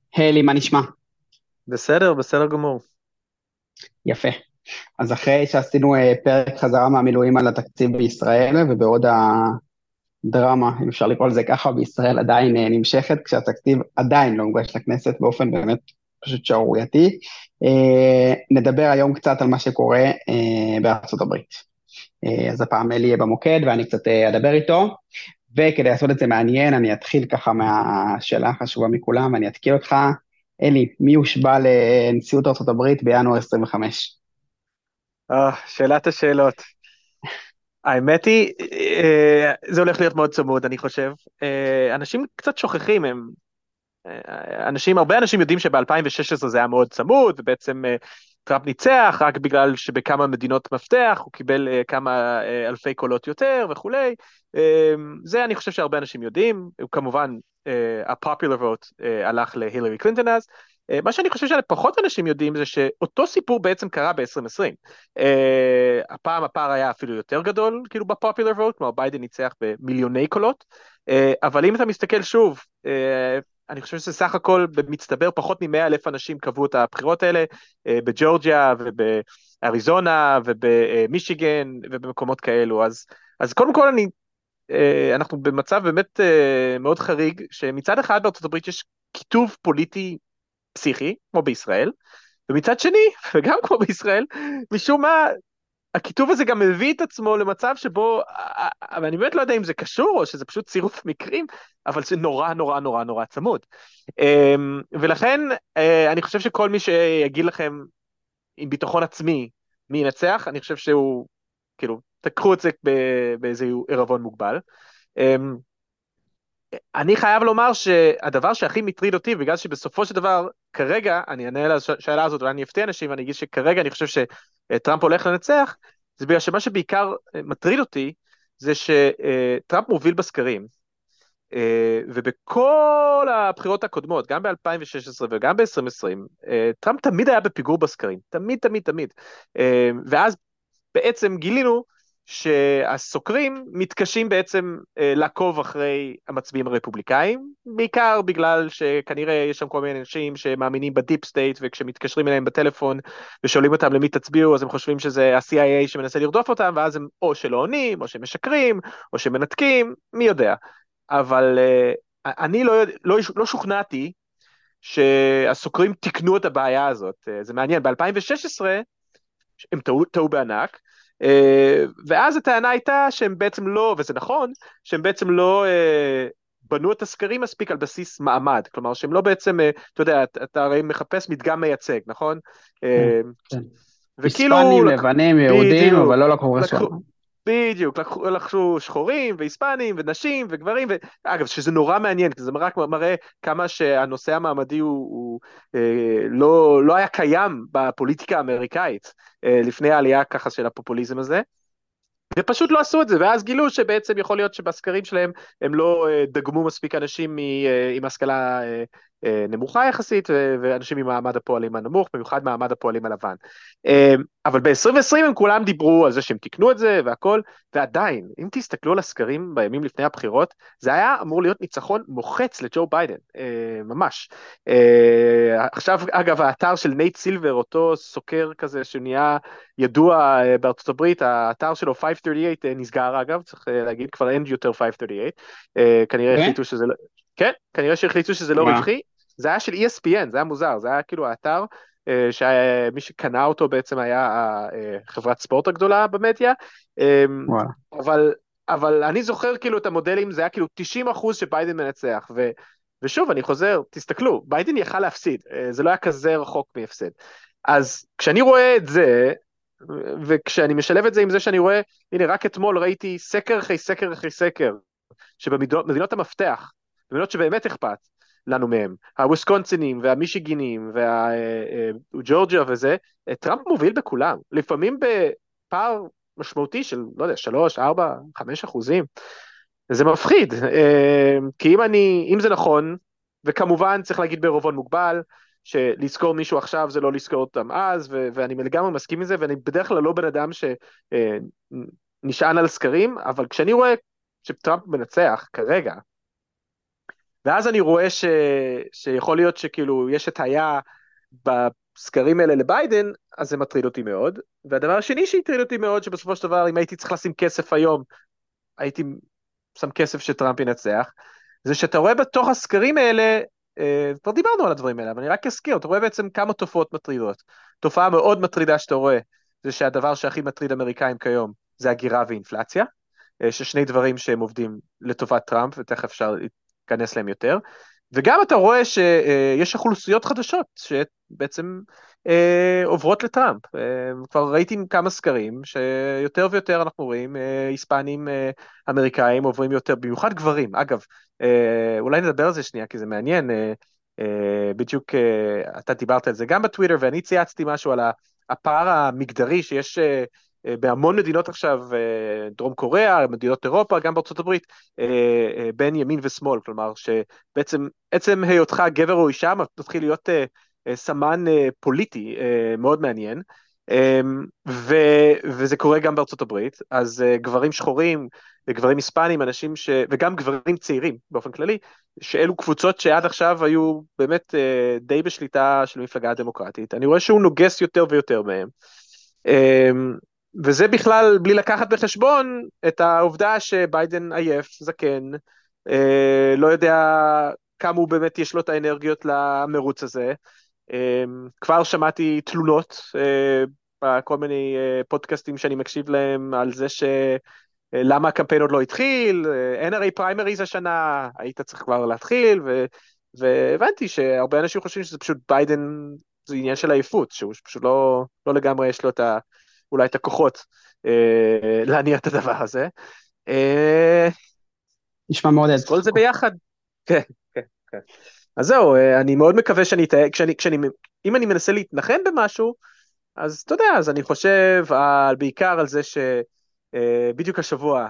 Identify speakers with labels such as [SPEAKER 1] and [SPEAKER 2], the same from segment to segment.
[SPEAKER 1] היי, מה נשמע?
[SPEAKER 2] בסדר, בסדר גמור.
[SPEAKER 1] יפה. אז אחרי שעשינו פרק חזרה מהמילואים על התקציב בישראל, ובעוד הדרמה, אם אפשר לקרוא לזה ככה, בישראל עדיין נמשכת, כשהתקציב עדיין לא מוגש לכנסת באופן באמת פשוט שערורייתי, נדבר היום קצת על מה שקורה בארצות הברית. אז הפעם אלי יהיה במוקד ואני קצת אדבר איתו, וכדי לעשות את זה מעניין, אני אתחיל ככה מהשאלה החשובה מכולם, ואני אתקיל אותך. אלי, מי הושבע לנשיאות ארצות הברית בינואר 25?
[SPEAKER 2] שאלת השאלות. האמת היא, זה הולך להיות מאוד צמוד, אני חושב. אנשים קצת שוכחים, הרבה אנשים יודעים שב-2016 זה היה מאוד צמוד, ובעצם טראמפ ניצח רק בגלל שבכמה מדינות מפתח, הוא קיבל כמה אלפי קולות יותר וכולי. זה אני חושב שהרבה אנשים יודעים, הוא כמובן, ה-popular vote הלך להילרי קלינטון אז. מה שאני חושב שפחות אנשים יודעים זה שאותו סיפור בעצם קרה ב-2020. הפעם הפער היה אפילו יותר גדול, כאילו ב-popular vote, כלומר ביידן ניצח במיליוני קולות, אבל אם אתה מסתכל שוב, אני חושב שסך הכל במצטבר פחות מ100,000 אנשים קבעו את הבחירות האלה, בג'ורג'יה ובאריזונה ובמישיגן ובמקומות כאלו. אז קודם כל אנחנו במצב באמת מאוד חריג, שמצד אחד בארצות הברית יש כיתוב פוליטי פסיכי, כמו בישראל, ומצד שני, וגם כמו בישראל, משום מה, הכיתוב הזה גם מביא את עצמו למצב שבו, ואני באמת לא יודע אם זה קשור, או שזה פשוט צירוף מקרים, אבל זה נורא נורא נורא נורא צמוד. ולכן, אני חושב שכל מי שיגיד לכם עם ביטחון עצמי מי ינצח, אני חושב שהוא, כאילו, תקחו את זה באיזה עירבון מוגבל. אמ, אני חייב לומר שהדבר שהכי מטריד אותי, בגלל שבסופו של דבר, כרגע, אני אענה על השאלה הזאת, ואני אפתיע אנשים, ואני אגיד שכרגע אני חושב שטראמפ הולך לנצח, זה בגלל שמה שבעיקר מטריד אותי, זה שטראמפ מוביל בסקרים, ובכל הבחירות הקודמות, גם ב-2016 וגם ב-2020, טראמפ תמיד היה בפיגור בסקרים, תמיד, תמיד, תמיד. ואז בעצם גילינו שהסוקרים מתקשים בעצם לעקוב אחרי המצביעים הרפובליקאים, בעיקר בגלל שכנראה יש שם כל מיני אנשים שמאמינים בדיפ סטייט, וכשמתקשרים אליהם בטלפון ושואלים אותם למי תצביעו, אז הם חושבים שזה ה-CIA שמנסה לרדוף אותם, ואז הם או שלא עונים, או שמשקרים, או שמנתקים, מי יודע. אבל אני לא שוכנעתי שהסוקרים תיקנו את הבעיה הזאת. זה מעניין, ב-2016 הם טעו בענק, ואז הטענה הייתה שהם בעצם לא, וזה נכון, שהם בעצם לא בנו את הסקרים מספיק על בסיס מעמד, כלומר שהם לא בעצם, אתה יודע, אתה הרי מחפש מדגם מייצג, נכון?
[SPEAKER 1] כן,
[SPEAKER 2] אה,
[SPEAKER 1] כן.
[SPEAKER 2] וכאילו,
[SPEAKER 1] היספנים, לבנים, יהודים, אבל
[SPEAKER 2] בדיוק,
[SPEAKER 1] לא לקחו
[SPEAKER 2] לקחו,
[SPEAKER 1] בחשבון.
[SPEAKER 2] בדיוק, לקחו שחורים והיספנים ונשים וגברים, אגב, שזה נורא מעניין, כי זה רק מראה כמה שהנושא המעמדי הוא לא היה קיים בפוליטיקה האמריקאית, לפני העלייה ככה של הפופוליזם הזה. ופשוט לא עשו את זה, ואז גילו שבעצם יכול להיות שבסקרים שלהם הם לא דגמו מספיק אנשים עם השכלה נמוכה יחסית, ואנשים ממעמד הפועלים הנמוך, במיוחד מעמד הפועלים הלבן. אבל ב-2020 הם כולם דיברו על זה שהם תיקנו את זה והכל, ועדיין, אם תסתכלו על הסקרים בימים לפני הבחירות, זה היה אמור להיות ניצחון מוחץ לג'ו ביידן, ממש. עכשיו, אגב, האתר של נייט סילבר, אותו סוקר כזה שנהיה ידוע בארצות הברית, האתר שלו 538 נסגר אגב, צריך להגיד, כבר אין יותר 538, כנראה
[SPEAKER 1] באמת?
[SPEAKER 2] החליטו שזה לא, כן, כנראה שהחליטו שזה לא
[SPEAKER 1] וואו,
[SPEAKER 2] רווחי, זה היה של ESPN, זה היה מוזר, זה היה כאילו האתר, שמי שקנה אותו בעצם היה חברת ספורט הגדולה במדיה,
[SPEAKER 1] וואו.
[SPEAKER 2] אבל, אבל אני זוכר כאילו את המודלים, זה היה כאילו 90% שביידן מנצח, ושוב, אני חוזר, תסתכלו, ביידן יכל להפסיד, זה לא היה כזה רחוק מהפסד. אז כשאני רואה את זה, וכשאני משלב את זה עם זה שאני רואה, הנה, רק אתמול ראיתי סקר אחרי סקר אחרי סקר, שבמדינות המפתח, במדינות שבאמת אכפת לנו מהם, הוויסקונסינים והמישיגינים והג'ורג'יה וזה, טראמפ מוביל בכולם, לפעמים בפער משמעותי של, לא יודע, 3, 4, 5%. זה מפחיד, כי אם זה נכון, וכמובן צריך להגיד בערבון מוגבל, שלזכור מישהו עכשיו זה לא לזכור אותם אז, ואני לגמרי מסכים עם זה, ואני בדרך כלל לא בן אדם שנשען על סקרים, אבל כשאני רואה שטראמפ מנצח כרגע, ואז אני רואה שיכול להיות שכאילו יש הטעיה בסקרים האלה לביידן, אז זה מטריד אותי מאוד. והדבר השני שהטריד אותי מאוד, שבסופו של דבר, אם הייתי צריך לשים כסף היום, הייתי שם כסף שטראמפ ינצח, זה שאתה רואה בתוך הסקרים האלה, כבר דיברנו על הדברים האלה, אבל אני רק אזכיר, אתה רואה בעצם כמה תופעות מטרידות. תופעה מאוד מטרידה שאתה רואה, זה שהדבר שהכי מטריד אמריקאים כיום, זה הגירה ואינפלציה, ששני דברים שהם עובדים לטובת טראמפ, ותכף אפשר להיכנס להם יותר, וגם אתה רואה שיש אוכלוסיות חדשות, שבעצם עוברות לטראמפ. כבר ראיתי כמה סקרים, שיותר ויותר אנחנו רואים, היספנים אמריקאים עוברים יותר, במיוחד גברים. אגב, אולי נדבר על זה שנייה, כי זה מעניין, בדיוק אתה דיברת על זה גם בטוויטר, ואני צייצתי משהו על הפער המגדרי שיש בהמון מדינות עכשיו, דרום קוריאה, מדינות אירופה, גם בארצות הברית, בין ימין ושמאל, כלומר שבעצם עצם היותך גבר או אישה מתחיל להיות סמן פוליטי מאוד מעניין, וזה קורה גם בארצות הברית, אז גברים שחורים, גברים היספנים, אנשים וגם גברים צעירים באופן כללי, שאלו קבוצות שעד עכשיו היו באמת די בשליטה של המפלגה הדמוקרטית, אני רואה שהוא נוגס יותר ויותר מהם, וזה בכלל בלי לקחת בחשבון את העובדה שביידן עייף, זקן, לא יודע כמה הוא באמת יש לו את האנרגיות למרוץ הזה, כבר שמעתי תלונות בכל מיני פודקאסטים שאני מקשיב להם על זה למה הקמפיין עוד לא התחיל, אין הרי פריימריז השנה, היית צריך כבר להתחיל, והבנתי שהרבה אנשים חושבים שזה פשוט ביידן, זה עניין של עייפות, שהוא פשוט לא לגמרי יש לו אולי את הכוחות להניע את הדבר הזה.
[SPEAKER 1] נשמע מאוד
[SPEAKER 2] אז כל זה ביחד. כן, כן, כן. אז זהו, אני מאוד מקווה אם אני מנסה להתנחם במשהו, אז אתה יודע, אז אני חושב בעיקר על זה שבדיוק השבוע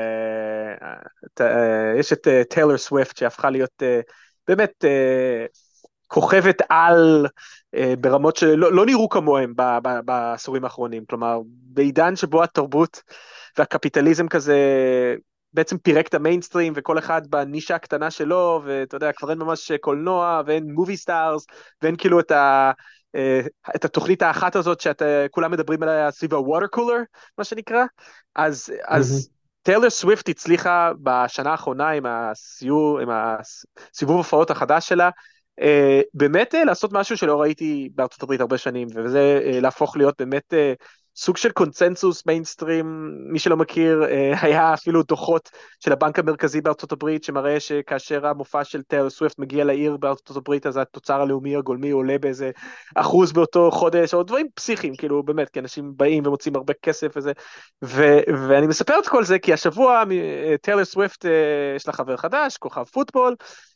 [SPEAKER 2] יש את טיילור סוויפט שהפכה להיות באמת כוכבת על ברמות שלא נראו כמוהם בעשורים האחרונים, כלומר בעידן שבו התרבות והקפיטליזם כזה בעצם פירק את המיינסטרים, וכל אחד בנישה הקטנה שלו, ואתה יודע, כבר אין ממש קולנוע, ואין מובי סטארס, ואין כאילו את התוכנית האחת הזאת, שכולם מדברים עליה סביב הווטר קולר, מה שנקרא, אז טיילור סוויפט הצליחה בשנה האחרונה עם הסיבוב הופעות החדש שלה, באמת לעשות משהו שלא ראיתי בארצות הברית הרבה שנים, וזה להפוך להיות באמת סוג של קונצנזוס מיינסטרים, מי שלא מכיר, היה אפילו דוחות של הבנק המרכזי בארצות הברית, שמראה שכאשר המופע של טיילור סוויפט מגיע לעיר בארצות הברית, אז התוצר הלאומי הגולמי עולה באיזה אחוז באותו חודש, או דברים פסיכיים, כאילו באמת, כי אנשים באים ומוצאים הרבה כסף וזה, ואני מספר את כל זה, כי השבוע טיילור סוויפט יש לה חבר חדש, כוכב פוטבול,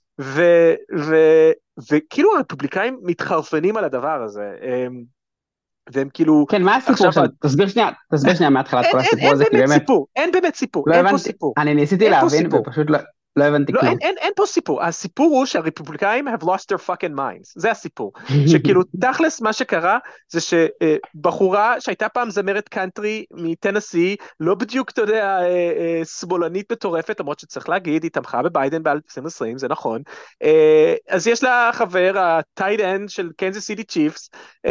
[SPEAKER 2] וכאילו הרפובליקאים מתחרפנים על הדבר הזה, והם כאילו...
[SPEAKER 1] כן, מה הסיפור שם? תסביר שנייה מההתחלת כל הסיפור הזה, כי באמת...
[SPEAKER 2] אין באמת סיפור,
[SPEAKER 1] לא
[SPEAKER 2] אין פה
[SPEAKER 1] הבנתי,
[SPEAKER 2] סיפור.
[SPEAKER 1] אני ניסיתי להבין ופשוט לא הבנתי
[SPEAKER 2] לא,
[SPEAKER 1] כלום.
[SPEAKER 2] אין פה סיפור, הסיפור הוא שהרפובליקאים have lost their fucking minds, זה הסיפור, שכאילו תכלס מה שקרה, זה שבחורה שהייתה פעם זמרת קאנטרי מטנסי, לא בדיוק, אתה יודע, שמאלנית מטורפת, למרות שצריך להגיד, היא תמכה בביידן ב-2020, זה נכון, אז יש לה חבר, הטייט אנד של קנזס סיטי צ'יפס,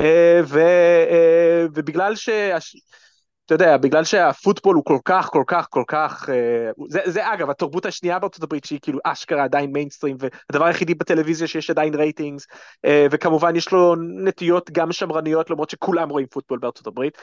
[SPEAKER 2] ובגלל אתה יודע, בגלל שהפוטבול הוא כל כך, זה אגב, התרבות השנייה בארצות הברית, שהיא כאילו אשכרה עדיין מיינסטרים, והדבר היחידי בטלוויזיה שיש עדיין רייטינגס, וכמובן יש לו נטיות גם שמרניות, למרות שכולם רואים פוטבול בארצות הברית,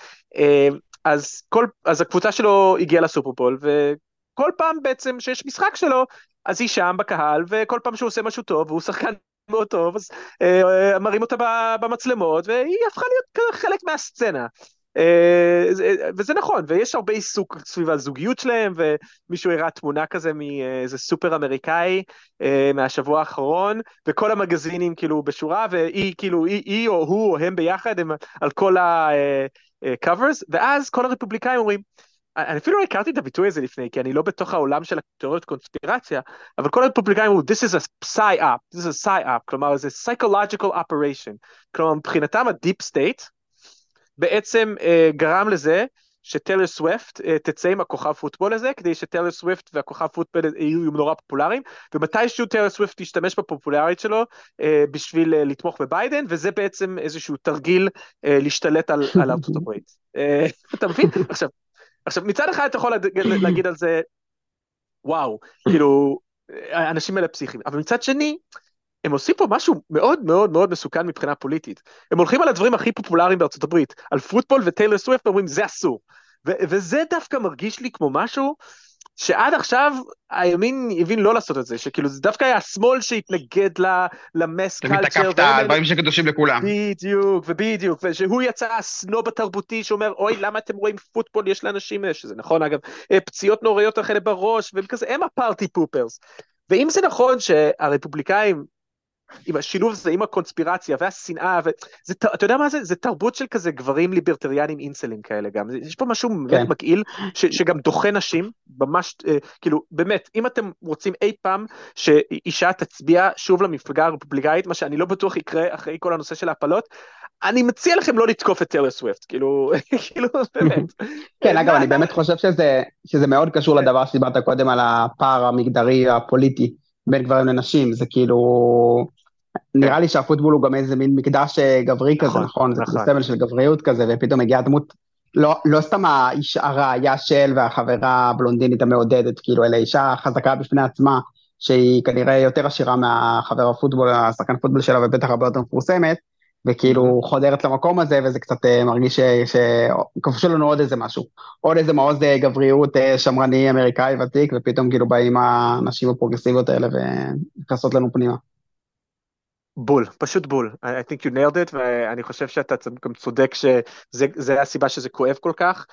[SPEAKER 2] אז הקבוצה שלו הגיעה לסופרבול, וכל פעם בעצם שיש משחק שלו, אז היא שם בקהל, וכל פעם שהוא עושה משהו טוב, והוא שחקן מאוד טוב, אז מראים אותה במצלמות, והיא הפכה להיות חלק מהסצנה. וזה נכון, ויש הרבה עיסוק סביב הזוגיות שלהם, ומישהו הראה תמונה כזה מאיזה סופר אמריקאי מהשבוע האחרון, וכל המגזינים כאילו בשורה, והיא כאילו, היא או הוא או הם ביחד הם על כל ה-covers, ואז כל הרפובליקאים אומרים, אני אפילו לא הכרתי את הביטוי הזה לפני, כי אני לא בתוך העולם של התיאוריות קונספירציה, אבל כל הרפובליקאים אומרים, this is a psy-op, this is a psy-op, כלומר זה psychological operation, כלומר מבחינתם ה-deep state, בעצם גרם לזה שטיילר סוויפט תצא עם הכוכב פוטבול הזה, כדי שטיילר סוויפט והכוכב פוטבול יהיו נורא פופולריים, ומתישהו טיילר סוויפט תשתמש בפופולרית שלו בשביל לתמוך בביידן, וזה בעצם איזשהו תרגיל להשתלט על ארצות הברית. אתה מבין? עכשיו, מצד אחד אתה יכול להגיד על זה, וואו, כאילו, האנשים האלה פסיכיים, אבל מצד שני, הם עושים פה משהו מאוד מאוד מאוד מסוכן מבחינה פוליטית. הם הולכים על הדברים הכי פופולריים בארצות הברית, על פוטבול וטיילר סוויפט, אומרים, זה אסור. וזה דווקא מרגיש לי כמו משהו, שעד עכשיו הימין הבין לא לעשות את זה, שכאילו זה דווקא היה השמאל שהתנגד למס קלצ'ר.
[SPEAKER 1] תקפת על דברים שקדושים לכולם.
[SPEAKER 2] בדיוק, ושהוא יצא הסנוב התרבותי שאומר, אוי, למה אתם רואים פוטבול, יש לאנשים, שזה נכון אגב, פציעות נוראיות אחרי בראש, והם כזה, הם הפארטי פופרס. ואם זה נכון שהרפובליקאים, עם השילוב הזה, עם הקונספירציה והשנאה, אתה יודע מה זה? זה תרבות של כזה גברים ליברטריאנים אינסלים כאלה גם, יש פה משהו באמת מגעיל, שגם דוחה נשים, ממש, כאילו, באמת, אם אתם רוצים אי פעם שאישה תצביע שוב למפלגה הרפובליקאית, מה שאני לא בטוח יקרה אחרי כל הנושא של ההפלות, אני מציע לכם לא לתקוף את טיילר סוויפט, כאילו, באמת.
[SPEAKER 1] כן, אגב, אני באמת חושב שזה מאוד קשור לדבר שדיברת קודם על הפער המגדרי הפוליטי בין גברים לנשים, זה כאילו, נראה לי שהפוטבול הוא גם איזה מין מקדש גברי כזה, נכון? זה סמל של גבריות כזה, ופתאום הגיעה דמות, לא סתם הרעיה של והחברה הבלונדינית המעודדת, כאילו, אלא אישה חזקה בפני עצמה, שהיא כנראה יותר עשירה מהחבר הפוטבול, השחקן פוטבול שלה, ובטח הרבה יותר מפורסמת, וכאילו חודרת למקום הזה, וזה קצת מרגיש שכבשו לנו עוד איזה משהו, עוד איזה מעוז גבריות שמרני אמריקאי ותיק, ופתאום כאילו באים האנשים הפרוגרסיביות האלה, ונכנסות לנו פנימה.
[SPEAKER 2] בול, פשוט בול. I think you nailed it, ואני חושב שאתה גם צודק שזה הסיבה שזה כואב כל כך,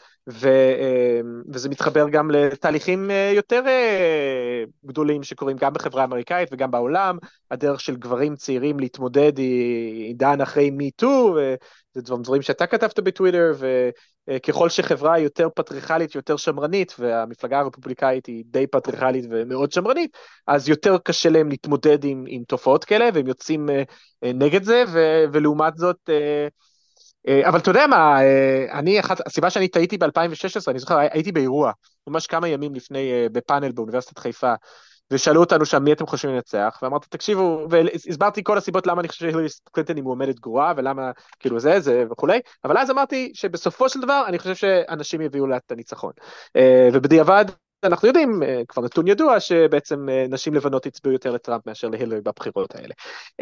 [SPEAKER 2] וזה מתחבר גם לתהליכים יותר גדולים שקורים גם בחברה האמריקאית וגם בעולם, הדרך של גברים צעירים להתמודד היא עידן אחרי MeToo, זה דברים שאתה כתבת בטוויטר, וככל שחברה יותר פטריארכלית, יותר שמרנית, והמפלגה הרפובליקאית היא די פטריארכלית ומאוד שמרנית, אז יותר קשה להם להתמודד עם תופעות כאלה, והם יוצאים נגד זה, ולעומת זאת, אבל אתה יודע מה, הסיבה שאני טעיתי ב-2016, אני זוכר, הייתי באירוע, ממש כמה ימים לפני, בפאנל באוניברסיטת חיפה, ושאלו אותנו שם מי אתם חושבים לנצח, ואמרתי תקשיבו, והסברתי כל הסיבות למה אני חושב שהילרי קלינטון היא מועמדת גרועה, ולמה כאילו זה וכולי, אבל אז אמרתי שבסופו של דבר אני חושב שאנשים יביאו לה את הניצחון, ובדיעבד אנחנו יודעים, כבר נתון ידוע, שבעצם נשים לבנות הצביעו יותר לטראמפ מאשר להילרי בבחירות האלה,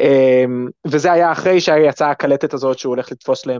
[SPEAKER 2] וזה היה אחרי שיצאה הקלטת הזאת שהוא הולך לתפוס להם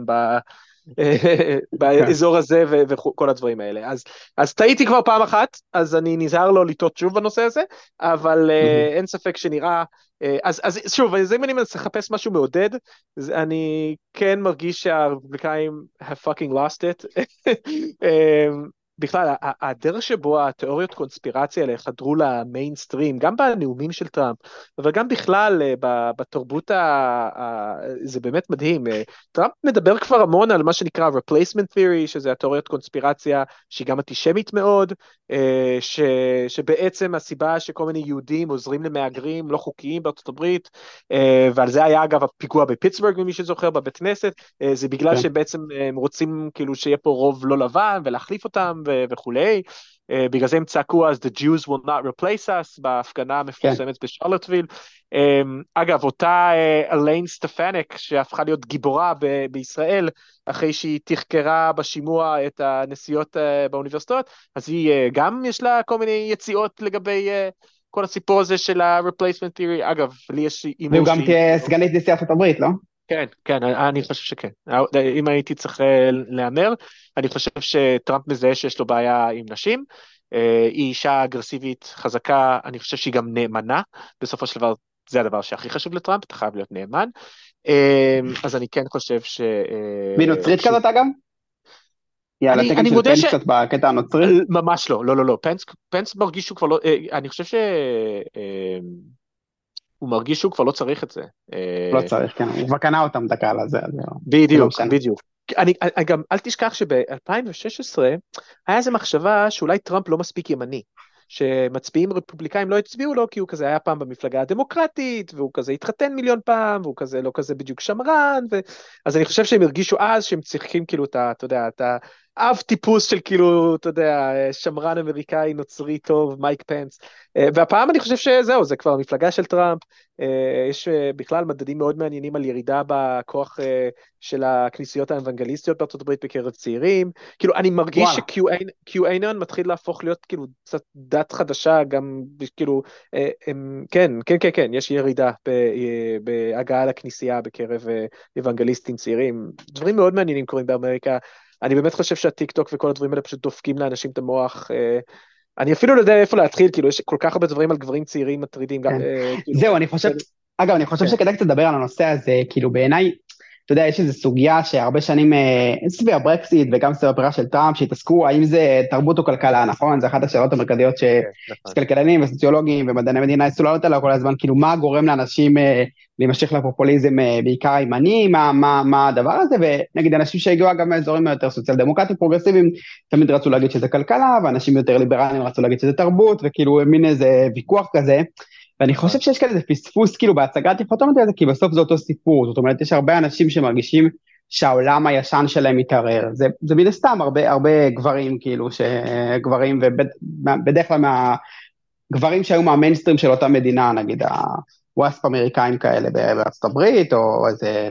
[SPEAKER 2] באזור הזה וכל הדברים האלה. אז טעיתי כבר פעם אחת, אז אני נזהר לו לטעות שוב בנושא הזה, אבל אין ספק שנראה, אז שוב, אם אני מנסה לחפש משהו מעודד, אני כן מרגיש שהרפובליקאים have fucking lost it. בכלל, הדרך שבו התיאוריות קונספירציה האלה חדרו למיינסטרים, גם בנאומים של טראמפ, אבל גם בכלל בתרבות, זה באמת מדהים. טראמפ מדבר כבר המון על מה שנקרא replacement theory, שזה התיאוריות קונספירציה שהיא גם אנטישמית מאוד, שבעצם הסיבה שכל מיני יהודים עוזרים למהגרים לא חוקיים בארצות הברית, ועל זה היה אגב הפיגוע בפיטסבורג, ממי שזוכר, בבית כנסת, זה בגלל שבעצם הם רוצים כאילו שיהיה פה רוב לא לבן ולהחליף אותם וכולי, בגלל זה הם צעקו אז the Jews will not replace us בהפגנה המפורסמת בשרלוטוויל. אגב, אותה אליין סטפניק שהפכה להיות גיבורה בישראל אחרי שהיא תחקרה בשימוע את הנסיעות באוניברסיטאות, אז היא גם יש לה כל מיני יציאות לגבי כל הסיפור הזה של ה-replacement theory. אגב, לי יש אימא
[SPEAKER 1] והוא גם תהיה סגנית נשיא ארצות הברית, לא?
[SPEAKER 2] כן, אני חושב שכן. אם הייתי צריך לאמר, אני חושב שטראמפ מזהה שיש לו בעיה עם נשים, היא אישה אגרסיבית חזקה, אני חושב שהיא גם נאמנה, בסופו של דבר זה הדבר שהכי חשוב לטראמפ, אתה חייב להיות נאמן, אז אני כן חושב
[SPEAKER 1] והיא נוצרית כזאת אגב? יאללה, תקן של פנס קצת בקטע הנוצרי?
[SPEAKER 2] ממש לא, פנס מרגיש שהוא כבר לא, אני חושב הוא מרגיש שהוא כבר לא צריך את זה.
[SPEAKER 1] לא צריך, כן, הוא כבר קנה אותם דקה על זה.
[SPEAKER 2] בדיוק. אני גם, אל תשכח שב-2016 היה איזו מחשבה שאולי טראמפ לא מספיק ימני, שמצביעים רפובליקאים לא הצביעו לו, כי הוא כזה היה פעם במפלגה הדמוקרטית, והוא כזה התחתן מיליון פעם, והוא כזה לא כזה בדיוק שמרן, אז אני חושב שהם הרגישו אז שהם צריכים כאילו אתה יודע, אב טיפוס של כאילו, אתה יודע, שמרן אמריקאי, נוצרי טוב, מייק פנס, והפעם אני חושב שזהו, זה כבר המפלגה של טראמפ, יש בכלל מדדים מאוד מעניינים על ירידה בכוח של הכנסיות האוונגליסטיות בארצות הברית בקרב צעירים, כאילו אני מרגיש
[SPEAKER 1] וואלה.
[SPEAKER 2] ש-QAnon מתחיל להפוך להיות כאילו קצת דת חדשה, גם כאילו, כן, כן, כן, כן, יש ירידה בהגעה לכנסייה בקרב אוונגליסטים צעירים, דברים מאוד מעניינים קורים באמריקה, אני באמת חושב שהטיק טוק וכל הדברים האלה פשוט דופקים לאנשים את המוח, אני אפילו לא יודע איפה להתחיל, כאילו יש כל כך הרבה דברים על גברים צעירים מטרידים,
[SPEAKER 1] כן.
[SPEAKER 2] כאילו,
[SPEAKER 1] זהו, אני חושב, אגב, אני חושב
[SPEAKER 2] כן,
[SPEAKER 1] שכדאי קצת לדבר על הנושא הזה, כאילו בעיניי, אתה יודע, יש איזו סוגיה שהרבה שנים, סביב הברקסיט וגם סביב הבחירה של טראמפ, שהתעסקו האם זה תרבות או כלכלה, נכון? זה אחת השאלות המרכזיות
[SPEAKER 2] כן, נכון.
[SPEAKER 1] שכלכלנים וסוציולוגים ומדעני מדינה ניסו לענות עליה כל הזמן, כאילו מה גורם לאנשים להימשך לפופוליזם בעיקר הימני, מה הדבר הזה, ונגיד אנשים שהגיעו גם מאזורים יותר סוציאל דמוקרטיים פרוגרסיביים, תמיד רצו להגיד שזה כלכלה, ואנשים יותר ליברליים רצו להגיד שזה תרבות, וכאילו מין איזה ויכוח כזה, ואני חושב
[SPEAKER 2] נכון.
[SPEAKER 1] שיש כאן איזה פספוס כאילו בהצגת דיכוטומית הזה, כי בסוף זה אותו סיפור, זאת אומרת יש הרבה אנשים שמרגישים שהעולם הישן שלהם מתערער, זה מן הסתם הרבה גברים כאילו, שגברים ובדרך כלל מהגברים שהיו מהמיינסטרים של אותה מדינה, נגיד הוואספ אמריקאים כאלה בארצות הברית, או איזה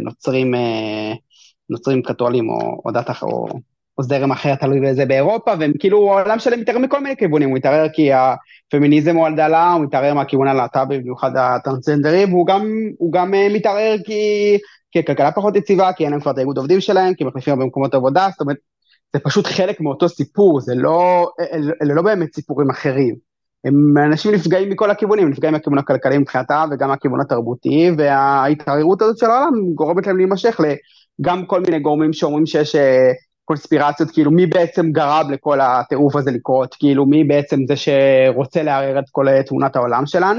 [SPEAKER 1] נוצרים קתולים או דת אחר, או זרם אחר תלוי בזה באירופה, והם כאילו העולם שלהם מתערער מכל מיני כיוונים, הוא מתערער כי פמיניזם הוא על דלה, הוא מתערער מהכיוון הלהט"בי, במיוחד הטרנסג'נדרי, והוא גם מתערער כי הכלכלה פחות יציבה, כי אין להם כבר את האיגוד עובדים שלהם, כי הם מחליפים במקומות עבודה, זאת אומרת, זה פשוט חלק מאותו סיפור, אלה לא באמת סיפורים אחרים. אנשים נפגעים מכל הכיוונים, נפגעים מהכיוון הכלכלי מבחינתם, וגם מהכיוון התרבותי, וההתערערות הזאת של העולם גורמת להם להימשך גם כל מיני גורמים שאומרים שיש קונספירציות, כאילו מי בעצם גרם לכל הטירוף הזה לקרות, כאילו מי בעצם זה שרוצה לערער את כל תמונת העולם שלנו,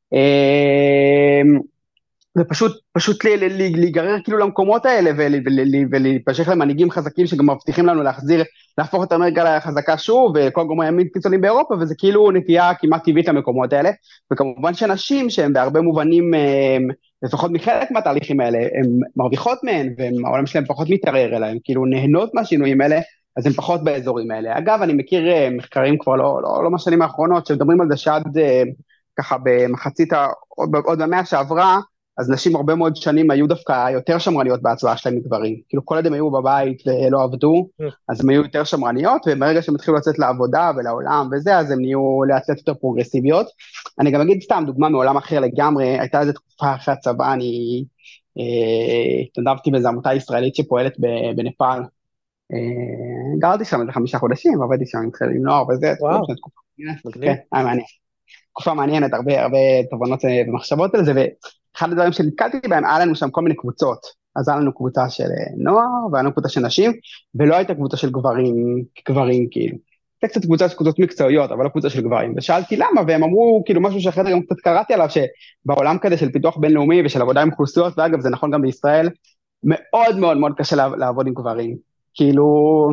[SPEAKER 1] ופשוט להיגרר כאילו למקומות האלה, ולהתפשך למנהיגים חזקים שגם מבטיחים לנו להפוך את אמריקה לחזקה שוב, וכל גורמי ימין קיצוניים באירופה, וזה כאילו נטייה כמעט טבעית למקומות האלה, וכמובן שנשים שהן בהרבה מובנים, לפחות מחלק מהתהליכים האלה, הן מרוויחות מהן, והעולם שלהן פחות מתערער אליהן, כאילו נהנות מהשינויים האלה, אז הן פחות באזורים האלה. אגב, אני מכיר מחקרים כבר לא מהשנים האחרונות, שמדברים על זה שעד ככה במחצית, עוד במאה שעברה, אז נשים הרבה מאוד שנים היו דווקא יותר שמרניות בהצבעה שלהם מגברים. כאילו כל עוד הם היו בבית ולא עבדו, אז הם היו יותר שמרניות, וברגע שהם התחילו לצאת לעבודה ולעולם וזה, אז הם נהיו לאט לאט יותר פרוגרסיביות. אני גם אגיד סתם דוגמה מעולם אחר לגמרי, הייתה איזו תקופה אחרי הצבא, אני התנדבתי באיזו עמותה ישראלית שפועלת בנפאל, גרתי שם איזה 5 חודשים, עבדתי שם עם חיילים נוער וזה,
[SPEAKER 2] וואו,
[SPEAKER 1] תקופה מעניינת,
[SPEAKER 2] מגניב.
[SPEAKER 1] כן, היה מעניין. תקופה מעניינת, הרבה תובנות ומחשבות על זה, ואחד הדברים שנתקלתי בהם, היה לנו שם כל מיני קבוצות, אז היה לנו קבוצה של נוער, והיה לנו קבוצה של נשים, ולא הייתה קבוצה של גברים כאילו, הייתה קצת קבוצה של קבוצות מקצועיות, אבל לא קבוצה של גברים, ושאלתי למה, והם אמרו כאילו משהו שאחרי זה גם קצת קראתי עליו, שבעולם כזה של פיתוח בינלאומי ושל עבודה עם אוכלוסיות, ואגב זה נכון גם בישראל, מאוד מאוד מאוד קשה לעבוד עם גברים, כאילו,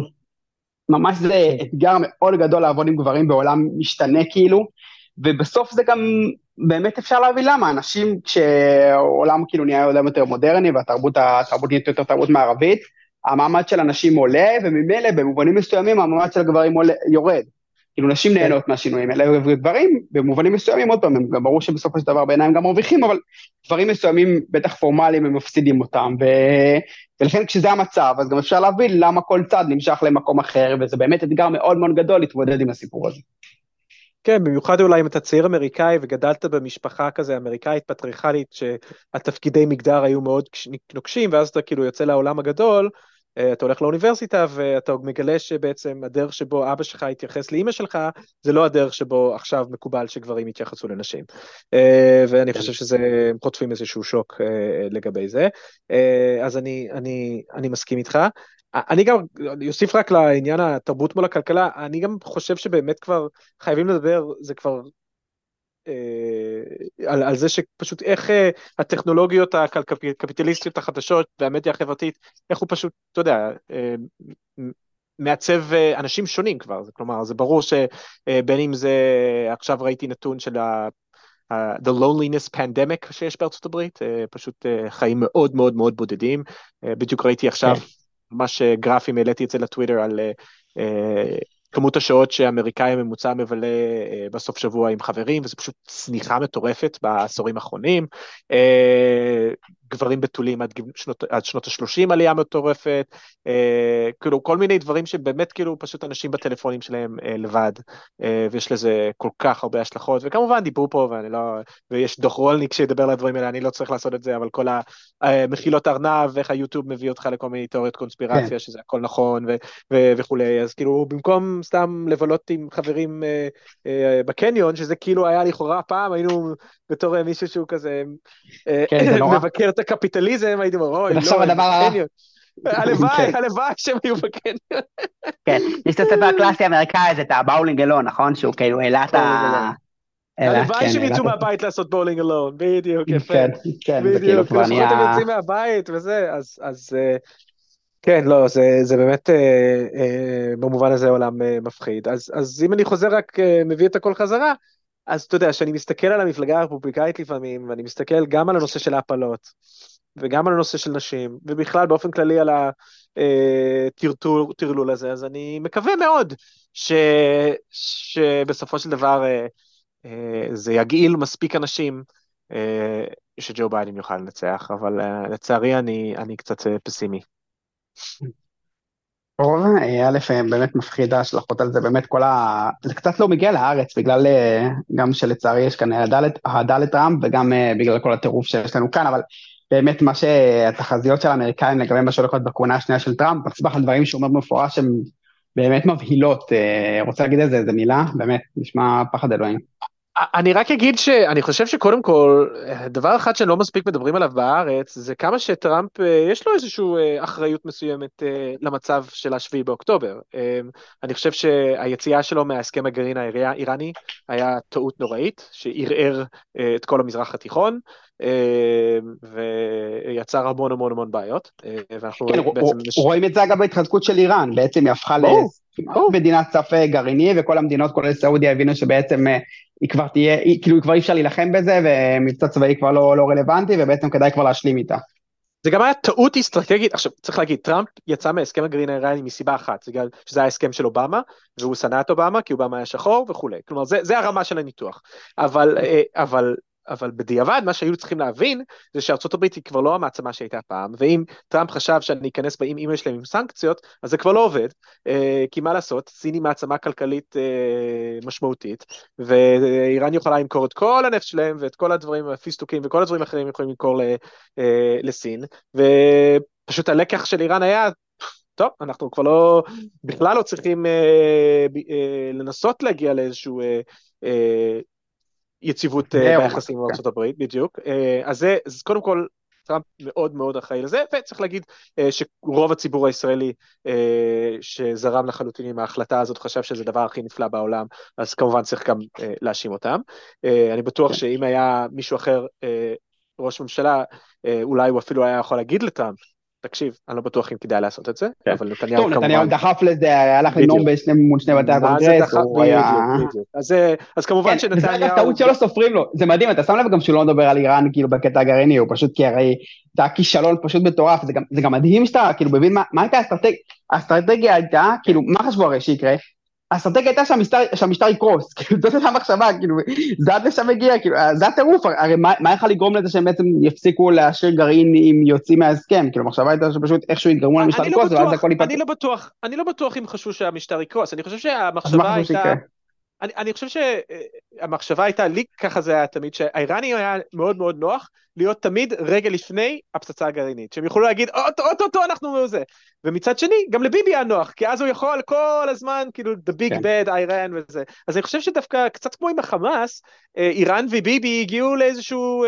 [SPEAKER 1] ממש זה אתגר מאוד גדול לעבוד עם גברים בעולם משתנה כאילו, ובסוף זה גם באמת אפשר להבין למה, אנשים כשעולם כאילו נהיה עולם יותר מודרני, והתרבות נהיית יותר תרבות מערבית, המעמד של אנשים עולה, וממילא במובנים מסוימים המעמד של הגברים יורד. כאילו נשים נהנות מהשינויים האלה, וגברים במובנים מסוימים, עוד פעם, הם גם ברור שבסופו של דבר בעיניים גם מרוויחים, אבל דברים מסוימים בטח פורמליים הם מפסידים אותם, ולכן כשזה המצב, אז גם אפשר להבין למה כל צד נמשך למקום אחר, וזה באמת אתגר מאוד מאוד גדול להתמודד עם הסיפור הזה.
[SPEAKER 2] כן, במיוחד אולי אם אתה צעיר אמריקאי וגדלת במשפחה כזה אמריקאית פטריארכלית שהתפקידי מגדר היו מאוד נוקשים, ואז אתה כאילו יוצא לעולם הגדול, אתה הולך לאוניברסיטה ואתה מגלה שבעצם הדרך שבו אבא שלך התייחס לאמא שלך, זה לא הדרך שבו עכשיו מקובל שגברים יתייחסו לנשים. ואני חושב שזה, הם חוטפים איזשהו שוק לגבי זה. אז אני מסכים איתך. אני גם, יוסיף רק לעניין התרבות מול הכלכלה, אני גם חושב שבאמת כבר חייבים לדבר, זה כבר על זה שפשוט איך הטכנולוגיות הקפיטליסטיות החדשות והמדיה החברתית, איך הוא פשוט, אתה יודע, מעצב אנשים שונים כבר, כלומר, זה ברור שבין אם זה, עכשיו ראיתי נתון של the loneliness pandemic שיש בארצות הברית, פשוט חיים מאוד מאוד מאוד בודדים, בדיוק ראיתי עכשיו, ממש גרפים, העליתי את זה לטוויטר על כמות השעות שהאמריקאי הממוצע מבלה בסוף שבוע עם חברים, וזה פשוט צניחה מטורפת בעשורים האחרונים. גברים בתולים עד שנות ה-30 עלייה מטורפת, כאילו כל מיני דברים שבאמת כאילו פשוט אנשים בטלפונים שלהם לבד, ויש לזה כל כך הרבה השלכות, וכמובן דיברו פה, ויש דוח רולניק שידבר על הדברים האלה, אני לא צריך לעשות את זה, אבל כל המחילות ארנב, ואיך היוטיוב מביא אותך לכל מיני תיאוריות
[SPEAKER 1] כן.
[SPEAKER 2] קונספירציה, שזה הכל נכון וכולי, אז כאילו במקום סתם לבלות עם חברים בקניון, שזה כאילו היה לכאורה פעם, היינו בתור מישהו שהוא כזה
[SPEAKER 1] כן, זה נורא.
[SPEAKER 2] מבקר את הקפיטליזם, הייתי אומר, אוי,
[SPEAKER 1] ותחשוב
[SPEAKER 2] לא, הם
[SPEAKER 1] הדבר הרע.
[SPEAKER 2] בקניון. הלוואי,
[SPEAKER 1] כן,
[SPEAKER 2] הלוואי שהם היו בקניון.
[SPEAKER 1] כן. יש את הספר הקלאסי האמריקאי הזה, את הבאולינג אלון, נכון? שהוא כאילו העלה את
[SPEAKER 2] בולינג אלון. הלוואי
[SPEAKER 1] כן,
[SPEAKER 2] שהם
[SPEAKER 1] העלה
[SPEAKER 2] יצאו
[SPEAKER 1] את
[SPEAKER 2] מהבית לעשות בולינג אלון, בדיוק, יפה.
[SPEAKER 1] כן, כן, זה כאילו
[SPEAKER 2] בדיוק,
[SPEAKER 1] כבר
[SPEAKER 2] לפחות הם
[SPEAKER 1] נהיה...
[SPEAKER 2] יוצאים מהבית וזה, אז כן, לא, זה באמת במובן הזה עולם מפחיד. אז אם אני חוזר רק, מביא את הכל חזרה, אז אתה יודע, שאני מסתכל על המפלגה הרפובליקאית לפעמים, ואני מסתכל גם על הנושא של ההפלות, וגם על הנושא של נשים, ובכלל באופן כללי על הטרלול הזה, אז אני מקווה מאוד שבסופו של דבר זה יגעיל מספיק אנשים, שג'ו ביידן יוכל לנצח, אבל לצערי אני קצת פסימי.
[SPEAKER 1] טוב, א', באמת מפחיד ההשלכות על זה, באמת זה קצת לא מגיע לארץ, בגלל גם שלצערי יש כאן אהדה לטראמפ, וגם בגלל כל הטירוף שיש לנו כאן, אבל באמת מה שהתחזיות של האמריקאים לגבי מה שהולך להיות בכהונה השנייה של טראמפ, על סמך הדברים שהוא אומר במפורש, הן באמת מבהילות. רוצה להגיד איזה מילה? באמת, נשמע פחד אלוהים.
[SPEAKER 2] אני רק אגיד שאני חושב שקודם כל, דבר אחד שלא מספיק מדברים עליו בארץ, זה כמה שטראמפ, יש לו איזושהי אחריות מסוימת למצב של השביעי באוקטובר. אני חושב שהיציאה שלו מההסכם הגרעין האיראני היה טעות נוראית, שערער את כל המזרח התיכון, ויצר המון המון המון בעיות, ואנחנו
[SPEAKER 1] כן,
[SPEAKER 2] בעצם...
[SPEAKER 1] רואים את זה אגב בהתחזקות של איראן, בעצם היא הפכה
[SPEAKER 2] ברור, ברור.
[SPEAKER 1] למדינת סף גרעיני, וכל המדינות, כולל סעודיה, הבינו שבעצם היא כבר תהיה, כאילו כבר אי אפשר להילחם בזה, ומבצע צבאי כבר לא רלוונטי, ובעצם כדאי כבר להשלים איתה.
[SPEAKER 2] זה גם היה טעות אסטרטגית, עכשיו צריך להגיד, טראמפ יצא מהסכם הגרעין האיראני מסיבה אחת, שזה היה הסכם של אובמה, והוא שנא את אובמה, כי אובמה היה שחור וכולי, כלומר זה הרמה של הניתוח, אבל בדיעבד מה שהיו צריכים להבין, זה שארצות הברית היא כבר לא המעצמה שהייתה פעם, ואם טראמפ חשב שאני אכנס באימא שלהם עם סנקציות, אז זה כבר לא עובד, כי מה לעשות, סין היא מעצמה כלכלית משמעותית, ואיראן יכולה למכור את כל הנפט שלהם, ואת כל הדברים, הפיסטוקים וכל הדברים האחרים יכולים למכור לסין, ופשוט הלקח של איראן היה, טוב, אנחנו כבר לא, בכלל לא צריכים לנסות להגיע לאיזשהו יציבות ביחסים עם ארצות הברית, בדיוק. אז קודם כל, טראמפ מאוד מאוד אחראי לזה, וצריך להגיד שרוב הציבור הישראלי שזרם לחלוטין עם ההחלטה הזאת, חשב שזה הדבר הכי נפלא בעולם, אז כמובן צריך גם להאשים אותם. אני בטוח שאם היה מישהו אחר, ראש ממשלה, אולי הוא אפילו היה יכול להגיד לטראמפ, תקשיב, אני לא בטוח אם כדאי לעשות את זה, אבל נתניהו
[SPEAKER 1] טוב,
[SPEAKER 2] כמובן...
[SPEAKER 1] נתניהו דחף לזה, הלך לנאום מול שני בתי הקונגרס, הוא היה...
[SPEAKER 2] בדיוק. אז כמובן
[SPEAKER 1] כן, וזה אגב
[SPEAKER 2] שנתניהו...
[SPEAKER 1] טעות שלא סופרים לו, זה מדהים, אתה שם לב גם שהוא לא מדבר על איראן כאילו בקטע הגרעיני, הוא פשוט, כי הרי זה היה כישלון פשוט מטורף, זה גם מדהים שאתה כאילו מבין מה הייתה האסטרטגיה הייתה, כאילו מה חשבו הרי שיקרה? האסטרטגיה הייתה שהמשטר יקרוס, כאילו זאת הייתה המחשבה, כאילו זה עד לשם הגיע, כאילו זה הטירוף, הרי מה יכול לגרום לזה שהם בעצם יפסיקו להשאיר גרעין אם יוצאים מההסכם, כאילו המחשבה הייתה שפשוט איכשהו יגרמו למשטר לקרוס, ואז הכל ייפתח.
[SPEAKER 2] אני לא בטוח אם חשבו שהמשטר יקרוס, אני חושב
[SPEAKER 1] אז מה
[SPEAKER 2] שהמחשבה
[SPEAKER 1] חשבו
[SPEAKER 2] הייתה...
[SPEAKER 1] שיקרה?
[SPEAKER 2] אני חושב שהמחשבה הייתה, לי ככה זה היה תמיד, שהאיראני היה מאוד מאוד נוח להיות תמיד רגע לפני הפצצה הגרעינית, שהם יכולו להגיד, אוטוטו אנחנו זה, ומצד שני, גם לביבי היה נוח, כי אז הוא יכול כל הזמן, כאילו, the big bad, איראן וזה, אז אני חושב שדווקא קצת כמו עם החמאס, איראן וביבי הגיעו לאיזשהו...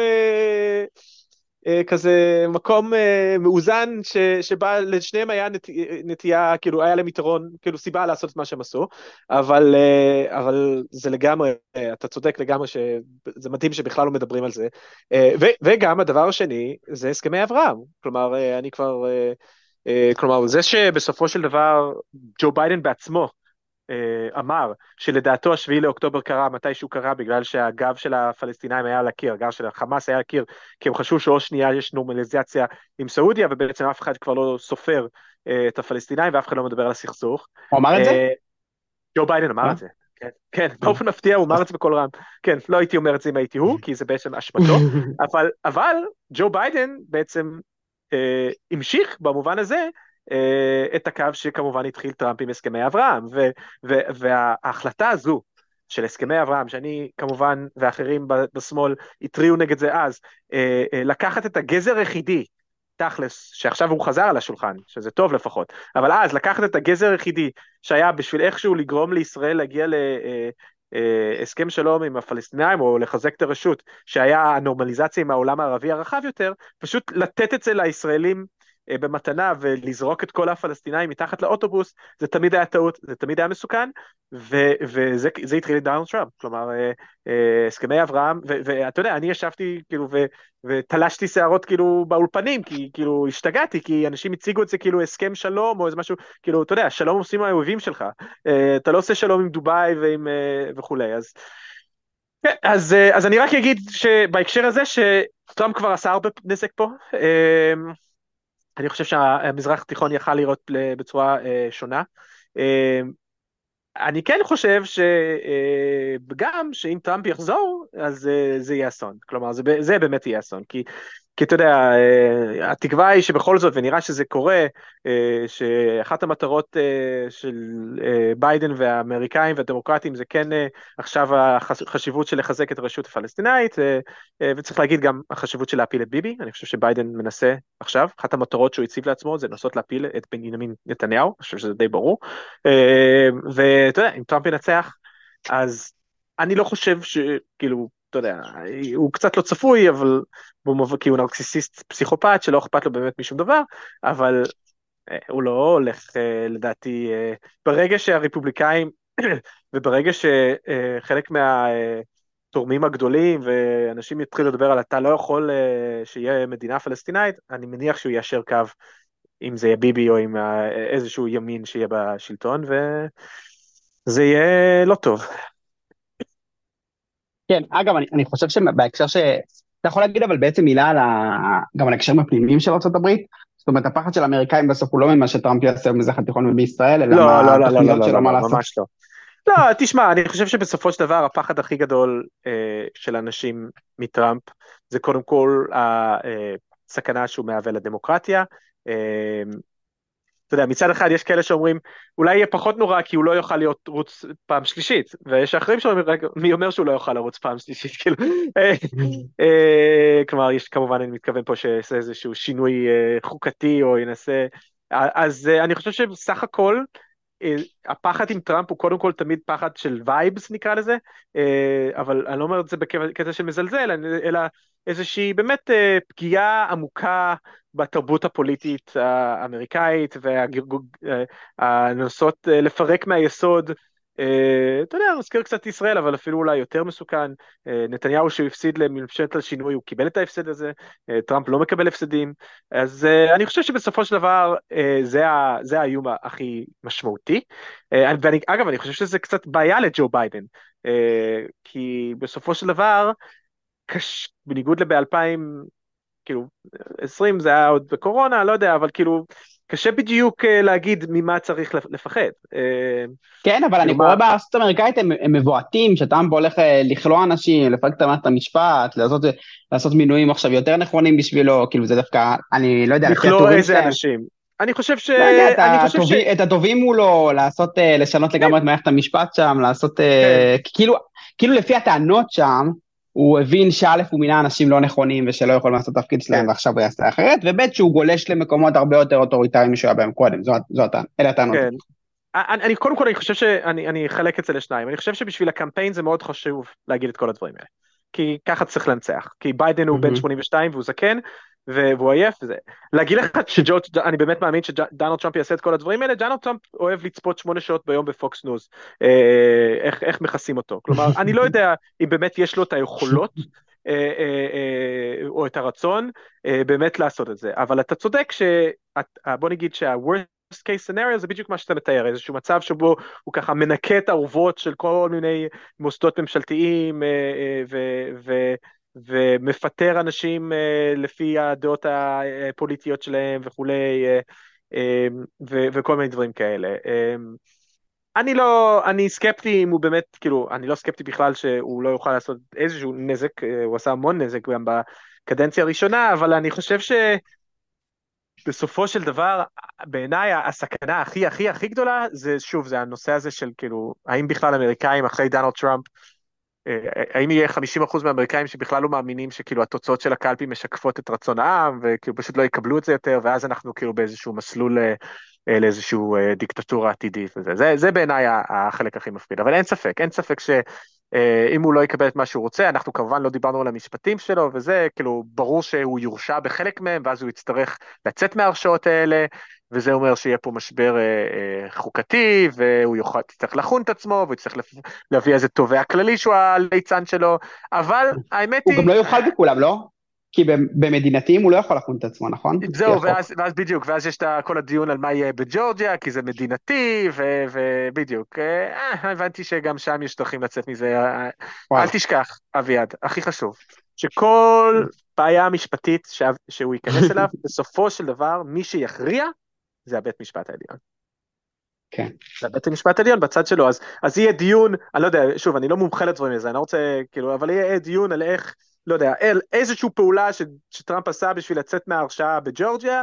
[SPEAKER 2] כזה מקום מאוזן שבה לשניהם היה נטייה, כאילו היה להם יתרון, כאילו סיבה לעשות את מה שהם עשו, אבל זה לגמרי, אתה צודק לגמרי שזה מדהים שבכלל לא מדברים על זה, וגם הדבר השני זה הסכמי אברהם, כלומר כלומר זה שבסופו של דבר ג'ו ביידן בעצמו אמר שלדעתו השביעי לאוקטובר קרה מתי שהוא קרה, בגלל שהגב של הפלסטינאים היה על הקיר, הגב של החמאס היה על הקיר, כי הם חשבו שעוד שנייה יש נורמליזציה עם סעודיה, ובעצם אף אחד כבר לא סופר את הפלסטינאים, ואף אחד לא מדבר על הסכסוך.
[SPEAKER 1] הוא אמר את זה?
[SPEAKER 2] ג'ו ביידן אמר את זה, כן, כן, באופן מפתיע הוא אמר את זה בקול רם, כן, לא הייתי אומר את זה אם הייתי הוא, כי זה בעצם אשמתו, אבל ג'ו ביידן בעצם המשיך במובן הזה, את הקו שכמובן התחיל טראמפ עם הסכמי אברהם, וההחלטה הזו של הסכמי אברהם, שאני כמובן ואחרים בשמאל התריעו נגד זה אז, לקחת את הגזר היחידי, תכלס, שעכשיו הוא חזר על השולחן, שזה טוב לפחות, אבל אז לקחת את הגזר היחידי שהיה בשביל איכשהו לגרום לישראל להגיע הסכם שלום עם הפלסטינאים, או לחזק את הרשות, שהיה הנורמליזציה עם העולם הערבי הרחב יותר, פשוט לתת את זה לישראלים במתנה, ולזרוק את כל הפלסטינאים מתחת לאוטובוס, זה תמיד היה טעות, זה תמיד היה מסוכן, וזה התחיל את דונלד טראמפ, כלומר, הסכמי אברהם, ואתה יודע, אני ישבתי, כאילו, ותלשתי שערות, כאילו, באולפנים, כי, כאילו, השתגעתי, כי אנשים הציגו את זה, כאילו, הסכם שלום, או איזה משהו, כאילו, אתה יודע, שלום עושים האויבים שלך, אתה לא עושה שלום עם דובאי, וכולי, אז אני רק אגיד שבהקשר הזה, שטראמפ כבר עשה הרבה נזק פה, אני חושב שהמזרח התיכון יכל לראות בצורה שונה. אני כן חושב שגם שאם טראמפ יחזור, אז זה יהיה אסון. כלומר, זה באמת יהיה אסון. כי אתה יודע, התקווה היא שבכל זאת, ונראה שזה קורה, שאחת המטרות של ביידן והאמריקאים והדמוקרטים, זה כן עכשיו החשיבות של לחזק את הרשות הפלסטינאית, וצריך להגיד גם החשיבות של להפיל את ביבי. אני חושב שביידן מנסה עכשיו, אחת המטרות שהוא הציב לעצמו, זה לנסות להפיל את בנימין נתניהו, אני חושב שזה די ברור, ואתה יודע, אם טראמפ ינצח, אז אני לא חושב שכאילו, אתה יודע, הוא קצת לא צפוי, אבל כי הוא נרקסיסיסט פסיכופת, שלא אכפת לו באמת משום דבר, אבל הוא לא הולך, לדעתי, ברגע שהרפובליקאים, וברגע שחלק מהתורמים הגדולים, ואנשים יתחילו לדבר על אתה לא יכול שיהיה מדינה פלסטינאית, אני מניח שהוא יישר קו, אם זה יהיה ביבי, או עם איזשהו ימין שיהיה בשלטון, וזה יהיה לא טוב.
[SPEAKER 1] כן, אגב, אני חושב שבהקשר אתה יכול להגיד, אבל בעצם מילה גם על הקשרים הפנימיים של ארצות הברית, זאת אומרת, הפחד של האמריקאים בסוף הוא לא ממה שטראמפ יעשה במזרח התיכון ובישראל, אלא מהתוכניות שלו מה לעשות.
[SPEAKER 2] ממש לא. לא, תשמע, אני חושב שבסופו של דבר, הפחד הכי גדול של אנשים מטראמפ, זה קודם כל הסכנה שהוא מהווה לדמוקרטיה, אתה יודע, מצד אחד יש כאלה שאומרים, אולי יהיה פחות נורא כי הוא לא יוכל להיות רוץ פעם שלישית, ויש אחרים שאומרים, מי אומר שהוא לא יוכל לרוץ פעם שלישית, כאילו, כלומר, יש כמובן, אני מתכוון פה שיעשה איזשהו שינוי חוקתי, או ינסה, אז אני חושב שבסך הכל, הפחד עם טראמפ הוא קודם כל תמיד פחד של וייבס נקרא לזה, אבל אני לא אומר את זה בקטע של מזלזל, אלא איזושהי באמת פגיעה עמוקה בתרבות הפוליטית האמריקאית, והנסות לפרק מהיסוד, אתה יודע, נזכיר קצת ישראל, אבל אפילו אולי יותר מסוכן, נתניהו שהוא הפסיד לממשלת השינוי, הוא קיבל את ההפסד הזה, טראמפ לא מקבל הפסדים, אז אני חושב שבסופו של דבר, זה האיום הכי משמעותי, ואגב, אני חושב שזה קצת בעיה לג'ו ביידן, כי בסופו של דבר, בניגוד ב-2000, כאילו, 20 זה היה עוד בקורונה, לא יודע, אבל כאילו, קשה בדיוק להגיד ממה צריך לפחד.
[SPEAKER 1] כן, אבל אני קורא בארצות האמריקאית, הם מבועטים, שטראמפ הולך לכלוא אנשים, לפרק את מערכת המשפט, לעשות מינויים עכשיו יותר נכונים בשבילו, כאילו זה דווקא, אני לא יודע,
[SPEAKER 2] לכלוא איזה אנשים. אני חושב
[SPEAKER 1] את הטובים מולו, לשנות לגמרי את מערכת המשפט שם, לעשות, כאילו לפי הטענות שם, הוא הבין שא' הוא מינה אנשים לא נכונים ושלא יכולים לעשות תפקיד שלהם, ועכשיו הוא יעשה אחרת, וב' שהוא גולש למקומות הרבה יותר אוטוריטריים משהו היה בהם קודם, אלה הטענות.
[SPEAKER 2] אני קודם כל, אני חושב שאני אחלק את זה לשניים, אני חושב שבשביל הקמפיין זה מאוד חשוב להגיד את כל הדברים האלה, כי ככה צריך לנצח, כי ביידן הוא בן 82 והוא זקן, והוא עייף וזה. להגיד לך אני באמת מאמין שדונלד טראמפ יעשה את כל הדברים האלה, דונלד טראמפ אוהב לצפות 8 שעות ביום בפוקס ניוז, איך מכסים אותו, כלומר, אני לא יודע אם באמת יש לו את היכולות, או את הרצון, באמת לעשות את זה, אבל אתה צודק בוא נגיד שה-worst case scenario זה בדיוק מה שאתה מתאר, איזשהו מצב שבו הוא ככה מנקה את העורבות של כל מיני מוסדות ממשלתיים ומפטר אנשים לפי הדעות הפוליטיות שלהם וכולי, וכל מיני דברים כאלה. אני סקפטי אם הוא באמת, כאילו, אני לא סקפטי בכלל שהוא לא יוכל לעשות איזשהו נזק, הוא עשה המון נזק גם בקדנציה הראשונה, אבל אני חושב שבסופו של דבר, בעיניי הסכנה הכי הכי הכי גדולה, זה שוב, זה הנושא הזה של כאילו, האם בכלל אמריקאים אחרי דונלד טראמפ, האם יהיה 50% מהאמריקאים שבכלל לא מאמינים שכאילו התוצאות של הקלפי משקפות את רצון העם, וכאילו פשוט לא יקבלו את זה יותר, ואז אנחנו כאילו באיזשהו מסלול לאיזשהו דיקטטורה עתידית וזה. זה בעיניי החלק הכי מפחיד, אבל אין ספק שאם הוא לא יקבל את מה שהוא רוצה, אנחנו כמובן לא דיברנו על המשפטים שלו, וזה כאילו ברור שהוא יורשע בחלק מהם, ואז הוא יצטרך לצאת מההרשאות האלה, וזה אומר שיהיה פה משבר חוקתי, והוא יצטרך לחון את עצמו, והוא יצטרך להביא איזה תובע כללי שהוא הליצן שלו, אבל האמת
[SPEAKER 1] הוא
[SPEAKER 2] היא...
[SPEAKER 1] גם לא יוכל בכולם, לא? כי במדינתיים הוא לא יכול לחון את עצמו, נכון?
[SPEAKER 2] זהו, ואז בדיוק, ואז יש כל הדיון על מה יהיה בג'ורג'יה, כי זה מדינתי, ובדיוק. הבנתי שגם שם יש דרכים לצאת מזה. אל תשכח, אביעד, הכי חשוב, שכל בעיה משפטית שהוא ייכנס אליו, בסופו של דבר, מי שיכריע, זה הבית משפט העליון.
[SPEAKER 1] כן.
[SPEAKER 2] זה הבית המשפט העליון בצד שלו, אז יהיה דיון, אני לא יודע, שוב, אני לא מומחה לדברים לזה, אני לא רוצה, כאילו, אבל יהיה דיון על איך, לא יודע, איזושהי פעולה שטראמפ עשה בשביל לצאת מההרשעה בג'ורג'יה,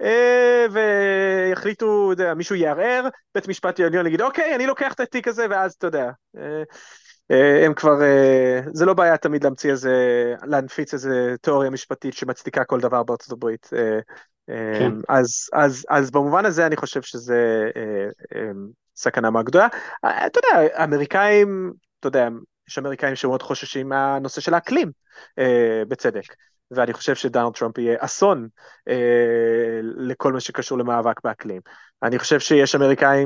[SPEAKER 2] ויחליטו, מישהו יערער, בית משפט העליון יגיד, אוקיי, אני לוקח את התיק הזה, ואז אתה יודע, הם כבר, זה לא בעיה תמיד להנפיץ איזה תיאוריה משפטית שמצדיקה כל דבר בארצות הברית,
[SPEAKER 1] כן.
[SPEAKER 2] אז במובן הזה אני חושב שזה סכנה מאוד גדולה. אתה יודע, אמריקאים, אתה יודע, יש אמריקאים שמאוד חוששים מהנושא של האקלים, בצדק, ואני חושב שדונלד טראמפ יהיה אסון לכל מה שקשור למאבק באקלים. אני חושב שיש אמריקאים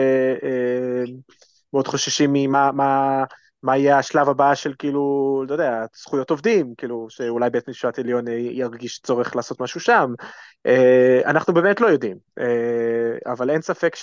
[SPEAKER 2] שמאוד חוששים מה יהיה השלב הבא של כאילו, לא יודע, זכויות עובדים, כאילו, שאולי בית משפט עליון ירגיש צורך לעשות משהו שם. אנחנו באמת לא יודעים, אבל אין ספק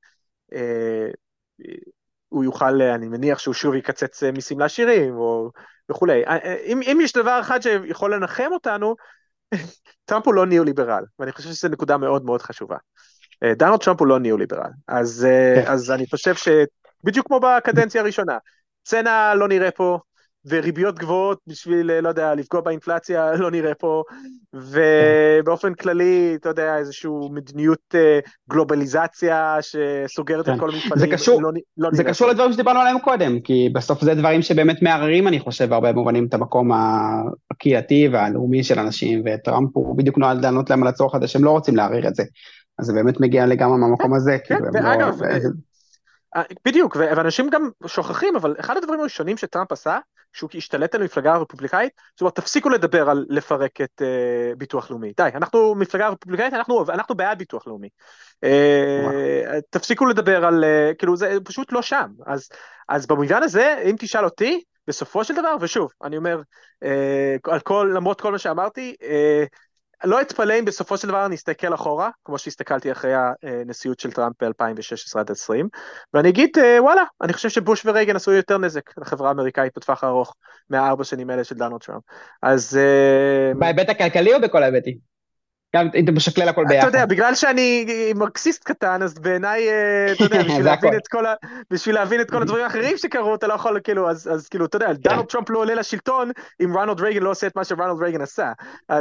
[SPEAKER 2] שהוא יוכל, אני מניח שהוא שוב יקצץ מיסים לעשירים, או וכולי. אם יש דבר אחד שיכול לנחם אותנו, טראמפ הוא לא ניאו-ליברל, ואני חושב שזו נקודה מאוד מאוד חשובה. דונלד טראמפ הוא לא ניאו-ליברל, אז אני חושב שבדיוק כמו בקדנציה הראשונה, צנע לא נראה פה, וריביות גבוהות בשביל, לא יודע, לפגוע באינפלציה לא נראה פה, ובאופן כללי, אתה יודע, איזושהי מדיניות גלובליזציה שסוגרת את כל המפעלים, לא נראה פה.
[SPEAKER 1] זה קשור לדברים שדיברנו עליהם קודם, כי בסוף זה דברים שבאמת מערערים, אני חושב, הרבה מובנים את המקום הקהילתי והלאומי של אנשים, וטראמפ הוא בדיוק נועד לענות להם על הצורך הזה שהם לא רוצים להערער את זה. אז זה באמת מגיע לגמרי מהמקום הזה.
[SPEAKER 2] כן, ואגב, בדיוק, ואנשים גם שוכחים, אבל אחד הדברים הראשונים שטראמפ עשה, שהוא השתלט על המפלגה הרפובליקאית, זאת אומרת, תפסיקו לדבר על לפרק את ביטוח לאומי. די, אנחנו מפלגה הרפובליקאית, אנחנו בעד ביטוח לאומי. תפסיקו לדבר על, כאילו, זה פשוט לא שם. אז במובן הזה, אם תשאל אותי, בסופו של דבר, ושוב, אני אומר, למרות כל מה שאמרתי, לא אתפלא אם בסופו של דבר אני אסתכל אחורה, כמו שהסתכלתי אחרי הנשיאות של טראמפ ב-2016 עד 20, ואני אגיד, וואלה, אני חושב שבוש ורייגן עשו יותר נזק לחברה האמריקאית בטווח הארוך, מה4 שנים האלה של דונלד טראמפ. אז...
[SPEAKER 1] בהיבט הכלכלי או בכל ההיבטים? גם אם אתה משקלל הכל ביחד.
[SPEAKER 2] אתה יודע, בגלל שאני מרקסיסט קטן, אז בעיניי, אתה יודע, בשביל להבין את כל הדברים האחרים שקרו, אתה לא יכול, כאילו, אז כאילו, אתה יודע, דונלד טראמפ לא עולה לשלטון, אם רונלד רייגן לא עושה את מה שרונלד רייגן עשה.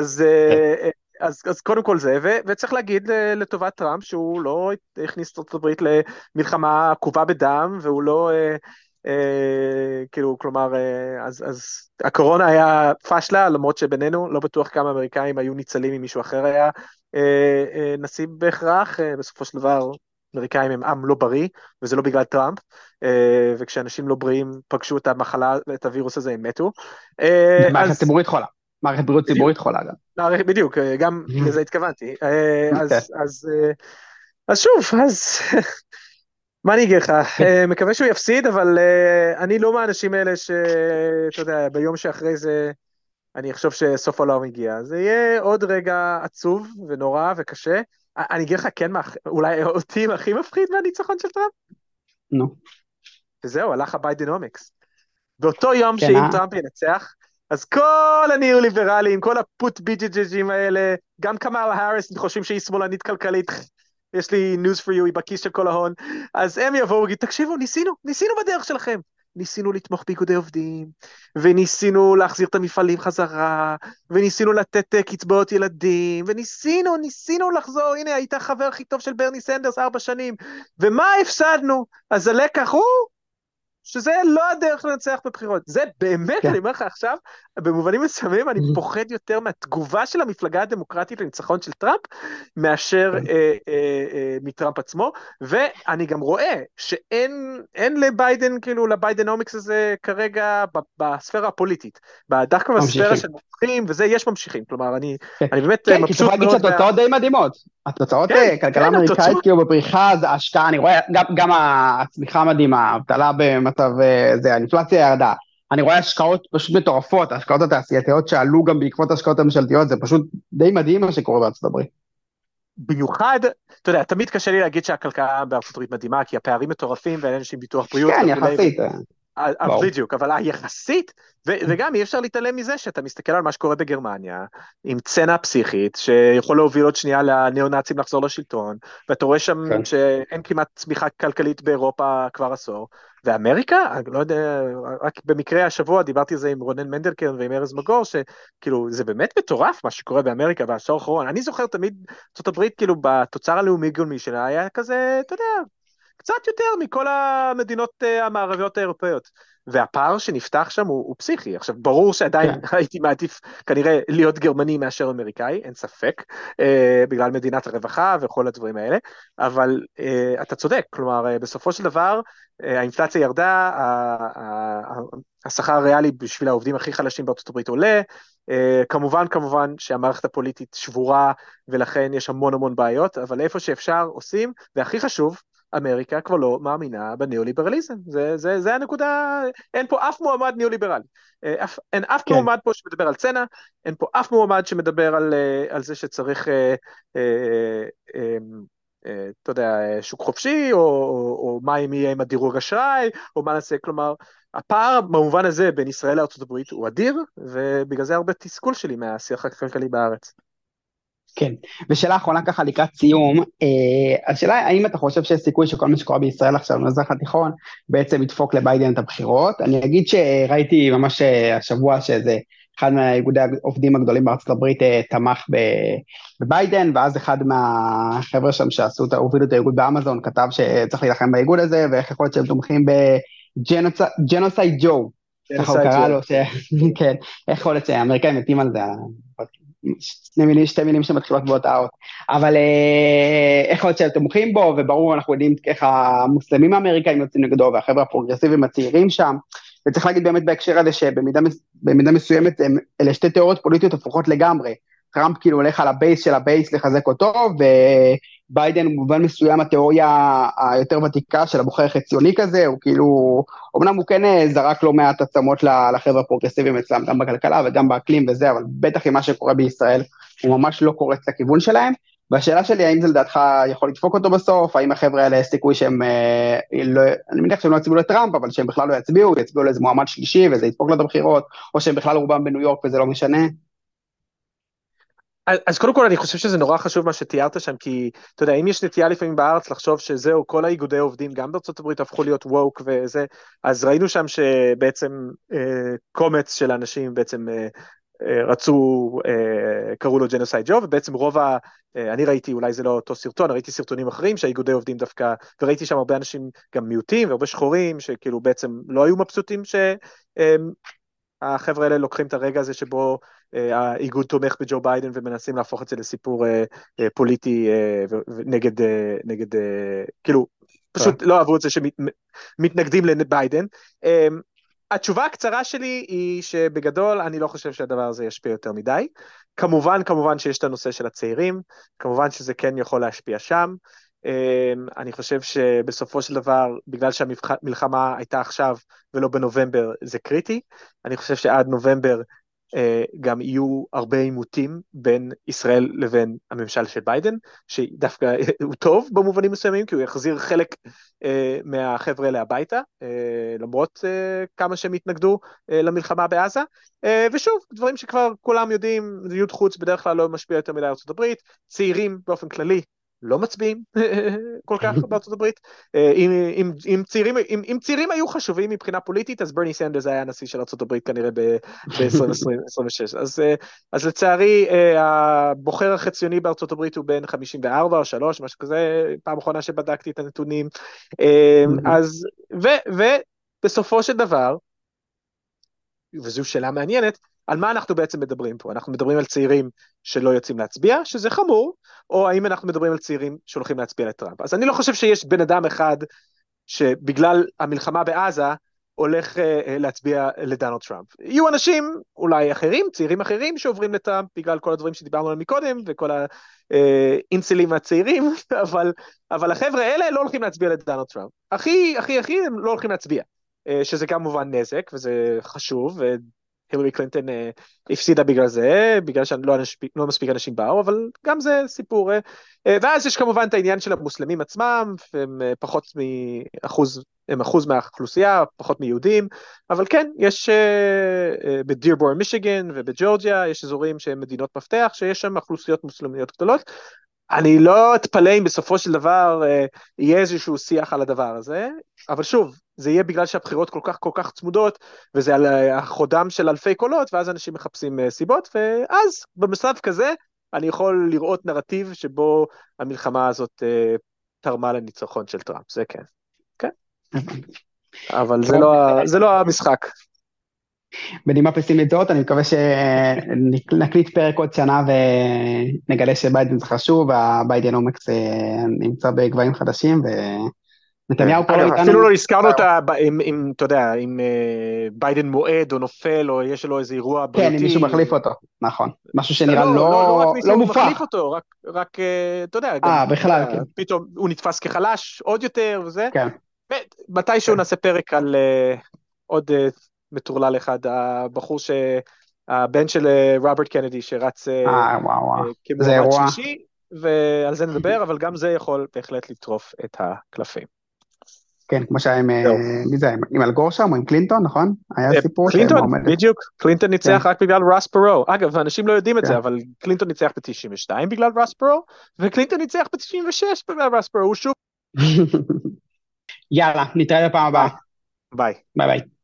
[SPEAKER 2] אז קודם כל זה, וצריך להגיד לטובת טראמפ, שהוא לא הכניס את ארצות הברית למלחמה עקובה בדם, והוא לא... כאילו, כלומר, אז הקורונה היה פשלה, למרות שבינינו, לא בטוח כמה אמריקאים היו ניצלים אם מישהו אחר היה נשיא בהכרח, בסופו של דבר, אמריקאים הם עם לא בריא, וזה לא בגלל טראמפ, וכשאנשים לא בריאים פגשו את המחלה, את הווירוס הזה, הם מתו.
[SPEAKER 1] מערכת ציבורית חולה, מערכת בריאות ציבורית חולה גם.
[SPEAKER 2] בדיוק, גם לזה התכוונתי. אז שוב, מה אני אגיד לך? מקווה שהוא יפסיד, אבל אני לא מהאנשים האלה שאתה יודע, ביום שאחרי זה, אני אחשוב שסוף העולם הגיע. זה יהיה עוד רגע עצוב ונורא וקשה. אני אגיד לך, כן, אולי אותי הכי מפחיד מהניצחון של טראמפ,
[SPEAKER 1] נו,
[SPEAKER 2] וזהו, הלך הביידנומיקס. באותו יום
[SPEAKER 1] כן,
[SPEAKER 2] שאם טראמפ ינצח, אז כל הניאו-ליברלים, כל הפוט ביג'ג'ים האלה, גם קמאלה האריס חושבים שהיא שמאלנית כלכלית, יש לי news for you, היא בכיס של כל ההון, אז הם יבואו ויגידו, תקשיבו, ניסינו בדרך שלכם. ניסינו לתמוך באיגודי עובדים, וניסינו להחזיר את המפעלים חזרה, וניסינו לתת קצבאות ילדים, ניסינו לחזור, הנה, היית החבר הכי טוב של ברני סנדרס 4 שנים, ומה הפסדנו? אז הלקח הוא שזה לא הדרך לנצח בבחירות. זה באמת,
[SPEAKER 1] כן,
[SPEAKER 2] אני אומר לך עכשיו, במובנים מסוימים אני פוחד יותר מהתגובה של המפלגה הדמוקרטית לניצחון של טראמפ, מאשר
[SPEAKER 1] כן,
[SPEAKER 2] מטראמפ עצמו, ואני גם רואה שאין לביידן, כאילו לביידנומיקס הזה כרגע בספירה הפוליטית, דווקא בספירה
[SPEAKER 1] ממשיכים.
[SPEAKER 2] של מומחים, וזה יש ממשיכים, כלומר
[SPEAKER 1] כן,
[SPEAKER 2] אני באמת
[SPEAKER 1] כן, כי צריך
[SPEAKER 2] מבסוט
[SPEAKER 1] להגיד
[SPEAKER 2] מאוד
[SPEAKER 1] שהתוצאות די מדהימות. התוצאות,
[SPEAKER 2] כן,
[SPEAKER 1] כלכלה
[SPEAKER 2] כן,
[SPEAKER 1] אמריקאית
[SPEAKER 2] התוצאות.
[SPEAKER 1] כאילו בפריחה, זה השקעה, אני רואה גם הצמיחה מדהימה, האבטלה במצב זה, האינפלציה ירדה. אני רואה השקעות פשוט מטורפות, ההשקעות התעשייתיות שעלו גם בעקבות השקעות הממשלתיות, זה פשוט די מדהים מה שקורה בארצות הברית.
[SPEAKER 2] במיוחד, אתה יודע, תמיד קשה לי להגיד שהכלכלה בארצות הברית מדהימה, כי הפערים מטורפים ואין אנשים ביטוח בריאות
[SPEAKER 1] כן,
[SPEAKER 2] וכולי,
[SPEAKER 1] יחסית, ברור.
[SPEAKER 2] בדיוק, אבל היחסית, וגם אי אפשר להתעלם מזה שאתה מסתכל על מה שקורה בגרמניה, עם צנע פסיכית, שיכול להוביל עוד שנייה לניאו-נאצים לחזור לשלטון, ואתה רואה שם
[SPEAKER 1] כן.
[SPEAKER 2] שאין כמעט צמיחה כלכלית באירופה כבר עשור, ואמריקה, אני לא יודע, רק במקרה השבוע דיברתי על זה עם רונן מנדלקרן ועם ארז מגור, שכאילו זה באמת מטורף מה שקורה באמריקה בעשור האחרון, אני זוכר תמיד ארצות הברית, כאילו בתוצר הלאומי גולמי שלה היה כזה, אתה יודע, קצת יותר מכל המדינות המערביות האירופאיות. והפער שנפתח שם הוא פסיכי. עכשיו, ברור שעדיין
[SPEAKER 1] כן.
[SPEAKER 2] הייתי מעדיף כנראה להיות גרמני מאשר אמריקאי, אין ספק, בגלל מדינת הרווחה וכל הדברים האלה, אבל אתה צודק, כלומר, בסופו של דבר, האינפלציה ירדה, השכר הריאלי בשביל העובדים הכי חלשים בארצות הברית עולה, כמובן שהמערכת הפוליטית שבורה, ולכן יש המון בעיות, אבל איפה שאפשר עושים, והכי חשוב, אמריקה כבר לא מאמינה בניאו-ליברליזם, זה הנקודה, אין פה אף מועמד ניאו-ליברלי, אין אף
[SPEAKER 1] כן.
[SPEAKER 2] מועמד פה שמדבר על צנע, אין פה אף מועמד שמדבר על זה שצריך, אתה יודע, שוק חופשי, או מה אם יהיה עם הדירוג אשראי, או מה נעשה, כלומר, הפער במובן הזה בין ישראל לארצות הברית הוא אדיר, ובגלל זה הרבה תסכול שלי מהשיח הכלכלי בארץ.
[SPEAKER 1] כן, ושאלה אחרונה ככה לקראת סיום, השאלה האם אתה חושב שיש סיכוי שכל מה שקורה בישראל עכשיו במזרח התיכון בעצם ידפוק לביידן את הבחירות? אני אגיד שראיתי ממש השבוע שזה אחד מהאיגודי העובדים הגדולים בארצות הברית תמך בביידן, ואז אחד מהחבר'ה שם הובילו את האיגוד באמזון כתב שצריך להילחם באיגוד הזה, ואיך יכול להיות שהם תומכים בג'נוסייד ג'ו, ככה הוא קרא לו, כן, איך יכול להיות שהאמריקאים מתים על זה, שתי מילים שמתחילות באותה אות, אבל איך עוד שאתם תומכים בו, וברור אנחנו יודעים איך המוסלמים האמריקאים יוצאים נגדו, והחבר'ה הפרוגרסיביים הצעירים שם, וצריך להגיד באמת בהקשר הזה שבמידה מסוימת אלה שתי תיאוריות פוליטיות הפוכות לגמרי, טראמפ כאילו הולך על הבייס של הבייס לחזק אותו, וביידן הוא במובן מסוים התיאוריה היותר ותיקה של הבוחר החציוני כזה, הוא כאילו, אמנם הוא כן זרק לא מעט עצמות לחבר'ה הפרוגרסיביים אצלם, גם בכלכלה וגם באקלים וזה, אבל בטח עם מה שקורה בישראל, הוא ממש לא קורץ לכיוון שלהם, והשאלה שלי, האם זה לדעתך יכול לדפוק אותו בסוף, האם החבר'ה האלה יש סיכוי שהם, לא, אני מניח שהם לא יצביעו לטראמפ, אבל שהם בכלל לא יצביעו לאיזה מועמד שלישי, וזה ידפוק לו את הבחירות, או שהם בכלל רובם בניו יורק וזה לא משנה?
[SPEAKER 2] אז קודם כל אני חושב שזה נורא חשוב מה שתיארת שם, כי אתה יודע, אם יש נטייה לפעמים בארץ לחשוב שזהו, כל האיגודי עובדים, גם בארצות הברית הפכו להיות ווק וזה, אז ראינו שם שבעצם קומץ של אנשים בעצם רצו, קראו לו ג'נוסייד ג'ו, ובעצם אני ראיתי, אולי זה לא אותו סרטון, ראיתי סרטונים אחרים שהאיגודי עובדים דווקא, וראיתי שם הרבה אנשים גם מיעוטים והרבה שחורים, שכאילו בעצם לא היו מבסוטים החבר'ה האלה לוקחים את הרגע הזה שבו האיגוד תומך בג'ו ביידן ומנסים להפוך את זה לסיפור פוליטי נגד, כאילו, פשוט לא אהבו את זה שמתנגדים לביידן. התשובה הקצרה שלי היא שבגדול אני לא חושב שהדבר הזה ישפיע יותר מדי. כמובן שיש את הנושא של הצעירים, כמובן שזה כן יכול להשפיע שם. אני חושב שבסופו של דבר, בגלל שהמלחמה הייתה עכשיו ולא בנובמבר, זה קריטי. אני חושב שעד נובמבר גם יהיו הרבה עימותים בין ישראל לבין הממשל של ביידן, שדווקא הוא טוב במובנים מסוימים, כי הוא יחזיר חלק מהחבר'ה האלה הביתה, למרות כמה שהם התנגדו למלחמה בעזה, ושוב, דברים שכבר כולם יודעים, מדיניות חוץ בדרך כלל לא משפיע יותר מדי ארצות הברית, צעירים באופן כללי, לא מצביעים כל כך בארצות הברית. אם צעירים היו חשובים מבחינה פוליטית, אז ברני סנדרס היה הנשיא של ארצות הברית כנראה ב-2026. אז לצערי, הבוחר החציוני בארצות הברית הוא בין 54 או 3, משהו כזה, פעם אחרונה שבדקתי את הנתונים. ובסופו של דבר, וזו שאלה מעניינת, על מה אנחנו בעצם מדברים פה? אנחנו מדברים על צעירים שלא יוצאים להצביע, שזה חמור, או האם אנחנו מדברים על צעירים שהולכים להצביע לטראמפ? אז אני לא חושב שיש בן אדם אחד שבגלל המלחמה בעזה הולך להצביע לדונלד טראמפ. יהיו אנשים אולי אחרים, צעירים אחרים שעוברים לטראמפ בגלל כל הדברים שדיברנו עליהם מקודם, וכל האינסילים הצעירים, אבל החבר'ה האלה לא הולכים להצביע לדונלד טראמפ. הכי הם לא הולכים להצביע, שזה כמובן נזק, וזה חשוב, הילרי קלינטון הפסידה בגלל זה, בגלל שלא מספיק אנשים באו, אבל גם זה סיפור. ואז יש כמובן את העניין של המוסלמים עצמם, הם פחות הם אחוז מהאוכלוסייה, פחות מיהודים, אבל כן, יש בדירבורן, מישיגן ובג'ורג'יה, יש אזורים שהם מדינות מפתח, שיש שם אוכלוסיות מוסלמיות גדולות. אני לא אתפלא אם בסופו של דבר יהיה איזשהו שיח על הדבר הזה, אבל שוב, זה יהיה בגלל שהבחירות כל כך צמודות, וזה על החודם של אלפי קולות, ואז אנשים מחפשים סיבות, ואז במצב כזה, אני יכול לראות נרטיב שבו המלחמה הזאת תרמה לניצחון של טראמפ, זה כן. כן. אבל זה לא המשחק.
[SPEAKER 1] בנימה פסימית זאת, אני מקווה שנקליט פרק עוד שנה ונגלה שביידן זה חשוב, והביידנומיקס נמצא בגבהים חדשים, ונתניהו פה לא איתנו.
[SPEAKER 2] אפילו לא הזכרנו אותה, אם אתה יודע, אם ביידן מועד או נופל, או יש לו איזה אירוע בריאותי.
[SPEAKER 1] כן, אם מישהו מחליף אותו, נכון. משהו שנראה
[SPEAKER 2] לא רק מישהו
[SPEAKER 1] מופרך.
[SPEAKER 2] מחליף אותו, רק, אתה יודע,
[SPEAKER 1] בכלל, כן.
[SPEAKER 2] פתאום הוא נתפס כחלש עוד יותר, וזה.
[SPEAKER 1] כן.
[SPEAKER 2] מתישהו נעשה פרק על עוד מטורלל אחד, הבחור הבן של רוברט קנדי שרץ כמועמד שלישי, ועל זה נדבר, אבל גם זה יכול בהחלט לטרוף את הקלפים.
[SPEAKER 1] כן, כמו שהיה עם אלגור שם, או עם קלינטון, נכון? היה סיפור
[SPEAKER 2] קלינטון, בדיוק, קלינטון ניצח רק בגלל רוס פרו. אגב, אנשים לא יודעים את זה, אבל קלינטון ניצח ב-92 בגלל רוס פרו, וקלינטון ניצח ב-96 בגלל רוס פרו, הוא שוב.
[SPEAKER 1] יאללה, נתראה בפעם הבאה.
[SPEAKER 2] ביי.
[SPEAKER 1] ביי ביי.